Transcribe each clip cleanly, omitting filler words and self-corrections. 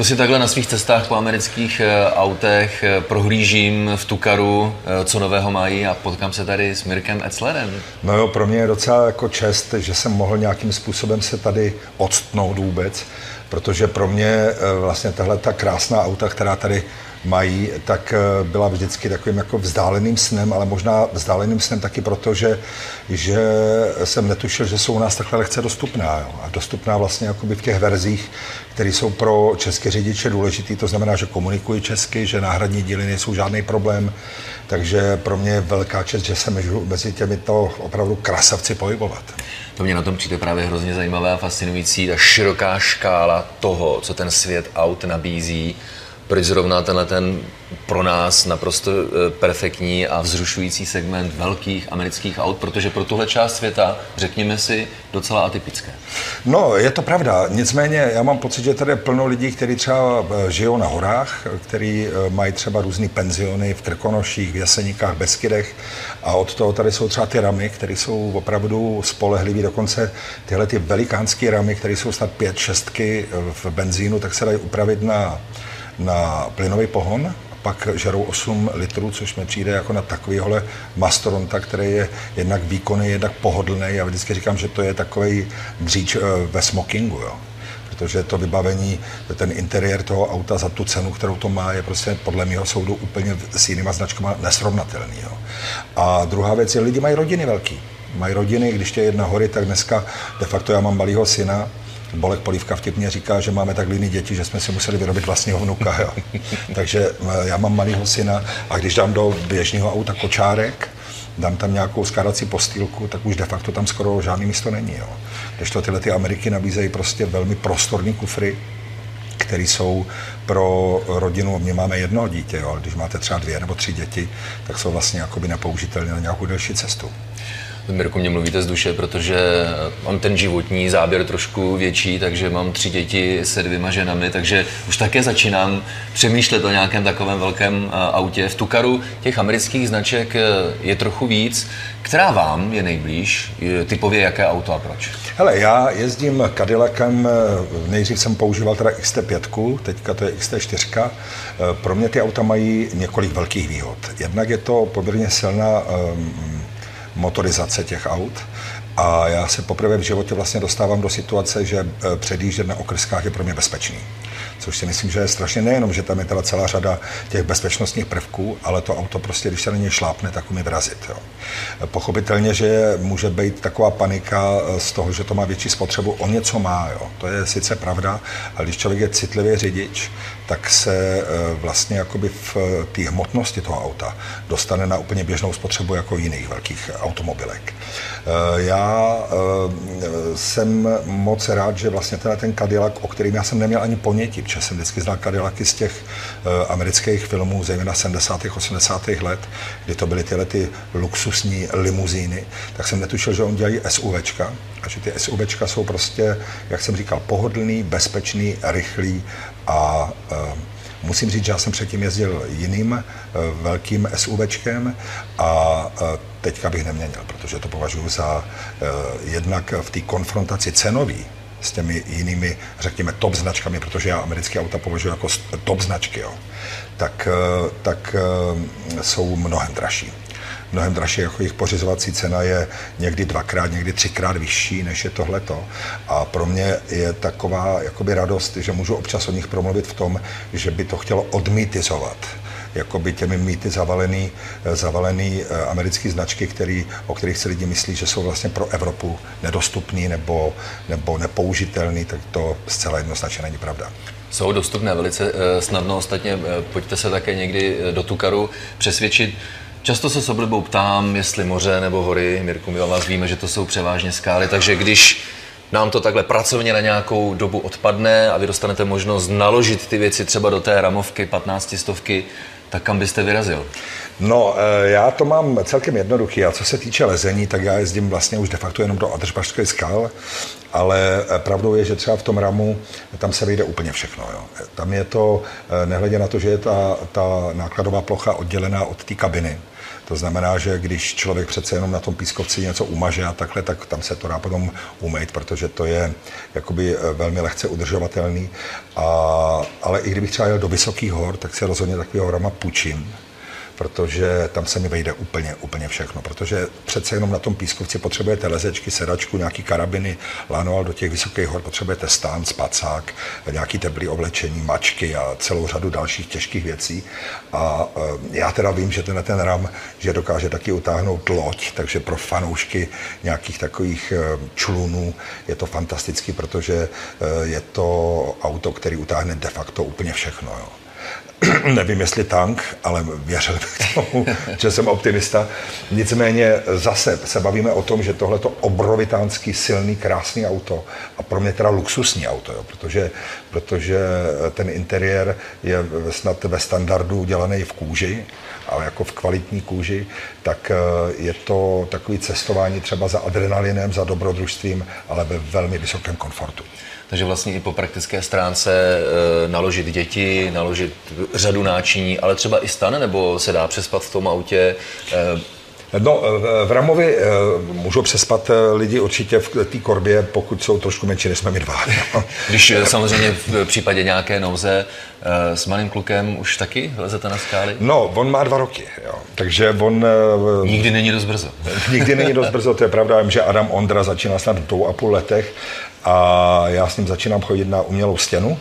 To si takhle na svých cestách po amerických autech prohlížím v Tukaru, co nového mají, a potkám se tady s Mirkem Etzlerem. No jo, pro mě je docela jako čest, že jsem mohl nějakým způsobem se tady odstnout vůbec, protože pro mě vlastně tahle ta krásná auta, která tady mají, tak byla vždycky takovým jako vzdáleným snem, ale možná vzdáleným snem taky proto, že jsem netušil, že jsou u nás takhle lehce dostupná. Jo. A dostupná vlastně jakoby v těch verzích, které jsou pro české řidiče důležitý, to znamená, že komunikují česky, že náhradní díly nejsou žádný problém, takže pro mě je velká čest, že se můžu mezi těmito opravdu krasavci pohybovat. To mě na tom přijde právě hrozně zajímavé a fascinující, ta široká škála toho, co ten svět aut nabízí. Proč zrovna ten pro nás naprosto perfektní a vzrušující segment velkých amerických aut, protože pro tuhle část světa, řekněme si, docela atypické. No, je to pravda. Nicméně já mám pocit, že tady je plno lidí, kteří třeba žijou na horách, kteří mají třeba různý penziony v Krkonoších, v Jeseníkách, Beskydech, a od toho tady jsou třeba ty ramy, které jsou opravdu spolehlivý. Dokonce tyhle ty velikánské ramy, které jsou snad 5-6 v benzínu, tak se dají upravit na plynový pohon, a pak žerou 8 litrů, což mi přijde jako na takovýhle mastodonta, který je jednak výkonný, jednak pohodlný. Já vždycky říkám, že to je takový dříč ve smokingu, jo. Protože to vybavení, ten interiér toho auta za tu cenu, kterou to má, je prostě podle mého soudu úplně s jinýma značkama nesrovnatelný. Jo. A druhá věc je, lidi mají rodiny velký. Mají rodiny, když tě jedna hory, tak dneska de facto já mám malýho syna. Bolek Polívka vtipně říká, že máme tak líný děti, že jsme si museli vyrobit vlastního vnuka. Jo. Takže já mám malýho syna a když dám do běžného auta kočárek, dám tam nějakou skládací postýlku, tak už de facto tam skoro žádný místo není. Jo. Kdežto tyhle ty Ameriky nabízejí prostě velmi prostorný kufry, které jsou pro rodinu, my máme jednoho dítě, jo, ale když máte třeba 2 nebo 3 děti, tak jsou vlastně jakoby nepoužitelné na nějakou delší cestu. Mirku, mě mluvíte z duše, protože mám ten životní záběr trošku větší, takže mám 3 děti se 2 ženami, takže už také začínám přemýšlet o nějakém takovém velkém autě. V Tukaru těch amerických značek je trochu víc. Která vám je nejblíž? Typově jaké auto a proč? Hele, já jezdím Cadillacem, nejdřív jsem používal teda XT5, teďka to je XT4. Pro mě ty auta mají několik velkých výhod. Jednak je to poměrně silná motorizace těch aut a já se poprvé v životě vlastně dostávám do situace, že předjíždět na okreskách je pro mě bezpečný. Což si myslím, že je strašně, nejenom, že tam je teda celá řada těch bezpečnostních prvků, ale to auto prostě, když se na něj šlápne, tak umí vrazit. Jo. Pochopitelně, že může být taková panika z toho, že to má větší spotřebu, o něco má. Jo. To je sice pravda, ale když člověk je citlivý řidič, tak se vlastně jakoby v té hmotnosti toho auta dostane na úplně běžnou spotřebu jako jiných velkých automobilek. Já jsem moc rád, že vlastně ten Cadillac, o kterým já jsem neměl ani ponětí, protože jsem vždycky znal Cadillacy z těch amerických filmů, zejména 70. 80. let, kdy to byly tyhle ty luxusní limuzíny, tak jsem netušil, že on dělají SUVčka a že ty SUVčka jsou prostě, jak jsem říkal, pohodlný, bezpečný, rychlý a musím říct, že já jsem předtím jezdil jiným velkým SUVčkem a teďka bych neměnil, protože to považuji za jednak v té konfrontaci cenový s těmi jinými, řekněme, top značkami, protože já americké auta považuji jako top značky, jo, tak jsou mnohem dražší. Mnohem dražší, jako jejich pořizovací cena je někdy 2x, někdy 3x vyšší, než je tohleto. A pro mě je taková jakoby radost, že můžu občas o nich promluvit v tom, že by to chtělo odmýtizovat. Jakoby těmi mýty zavalený americké značky, o kterých si lidi myslí, že jsou vlastně pro Evropu nedostupný nebo nepoužitelný, tak to zcela jednoznačně není pravda. Jsou dostupné velice snadno, ostatně pojďte se také někdy do Tukaru přesvědčit. Často se s oblibou ptám, jestli moře nebo hory. Mirku, my o vás víme, že to jsou převážně skály, takže když nám to takhle pracovně na nějakou dobu odpadne a vy dostanete možnost naložit ty věci třeba do té ramovky 1500, tak kam byste vyrazil? No, já to mám celkem jednoduchý a co se týče lezení, tak já jezdím vlastně už de facto jenom do Adršbašských skal, ale pravdou je, že třeba v tom ramu tam se vejde úplně všechno. Jo. Tam je to, nehledě na to, že je ta nákladová plocha oddělená od té kabiny, To znamená, že když člověk přece jenom na tom pískovci něco umaže a takhle, tak tam se to dá potom umýt, protože to je jakoby velmi lehce udržovatelný. Ale i kdybych třeba jel do Vysokých hor, tak se rozhodně takového horama půjčím, protože tam se mi vejde úplně všechno, protože přece jenom na tom pískovci potřebujete lezečky, sedačku, nějaký karabiny, lánoval do těch Vysokých hor potřebujete stán, spacák, nějaký teplý oblečení, mačky a celou řadu dalších těžkých věcí. A já teda vím, že ten ram, že dokáže taky utáhnout loď, takže pro fanoušky nějakých takových člunů je to fantastický, protože je to auto, který utáhne de facto úplně všechno. Jo. Nevím, jestli tank, ale věřil bych tomu, že jsem optimista. Nicméně zase se bavíme o tom, že tohleto obrovitánský, silný, krásný auto a pro mě teda luxusní auto, jo, protože ten interiér je snad ve standardu udělaný v kůži, ale jako v kvalitní kůži, tak je to takový cestování třeba za adrenalinem, za dobrodružstvím, ale ve velmi vysokém komfortu. Takže vlastně i po praktické stránce naložit děti, naložit řadu náčiní, ale třeba i stan, nebo se dá přespat v tom autě? No, v Ramovi můžou přespat lidi určitě v té korbě, pokud jsou trošku menší, než jsme my dva. Když samozřejmě v případě nějaké nouze s malým klukem už taky lezete na skály? No, on má 2 roky, jo. Takže on... Nikdy není dost brzo. Nikdy není dost brzo, to je pravda. Vím, že Adam Ondra začíná snad v 2,5 letech a já s ním začínám chodit na umělou stěnu.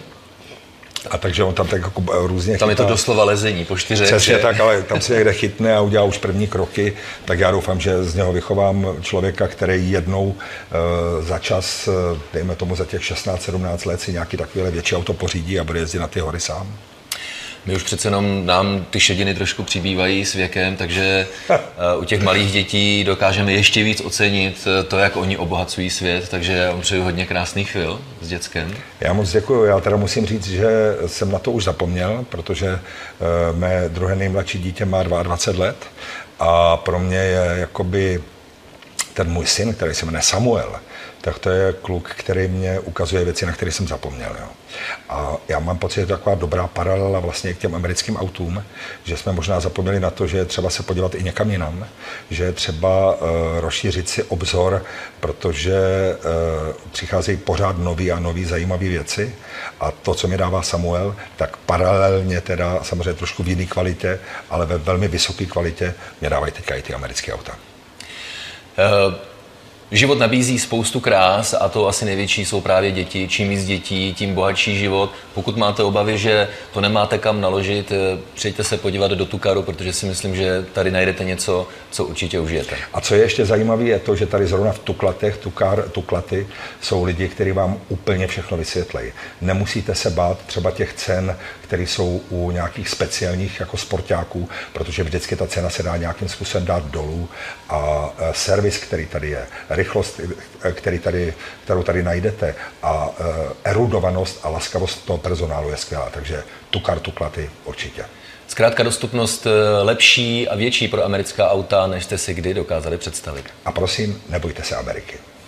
A takže on tam tak jako různě tam chytá. Je to doslova lezení po 4. Přesně tak, ale tam se někde chytne a udělá už první kroky, tak já doufám, že z něho vychovám člověka, který jednou za čas, dejme tomu za těch 16-17 let, si nějaký takovýhle větší auto pořídí a bude jezdit na ty hory sám. My už přece jenom nám ty šediny trošku přibývají s věkem, takže u těch malých dětí dokážeme ještě víc ocenit to, jak oni obohacují svět, takže já vám přeju hodně krásných chvil s dětskem. Já moc děkuju, já teda musím říct, že jsem na to už zapomněl, protože mé druhé nejmladší dítě má 22 let a pro mě je jakoby ten můj syn, který se jmenuje Samuel, tak to je kluk, který mě ukazuje věci, na které jsem zapomněl. Jo. A já mám pocit, že to je taková dobrá paralela vlastně k těm americkým autům, že jsme možná zapomněli na to, že je třeba se podívat i někam jinam, že je třeba rozšířit si obzor, protože přicházejí pořád nový a nový zajímavé věci. A to, co mi dává Samuel, tak paralelně teda samozřejmě trošku v jiné kvalitě, ale ve velmi vysoké kvalitě mě dávají teďka i ty americké auta. Život nabízí spoustu krás a to asi největší jsou právě děti. Čím víc dětí, tím bohatší život. Pokud máte obavy, že to nemáte kam naložit, přijďte se podívat do Tukaru, protože si myslím, že tady najdete něco, co určitě užijete. A co je ještě zajímavé, je to, že tady zrovna v Tuklatech, Tuklaty, jsou lidi, kteří vám úplně všechno vysvětlejí. Nemusíte se bát třeba těch cen, které jsou u nějakých speciálních jako sportáků, protože vždycky ta cena se dá nějakým způsobem dát dolů a servis, který tady je, rychlost, kterou tady najdete a erudovanost a laskavost toho personálu je skvělá, takže Tuklaty určitě. Zkrátka dostupnost lepší a větší pro americká auta, než jste si kdy dokázali představit. A prosím, nebojte se Ameriky.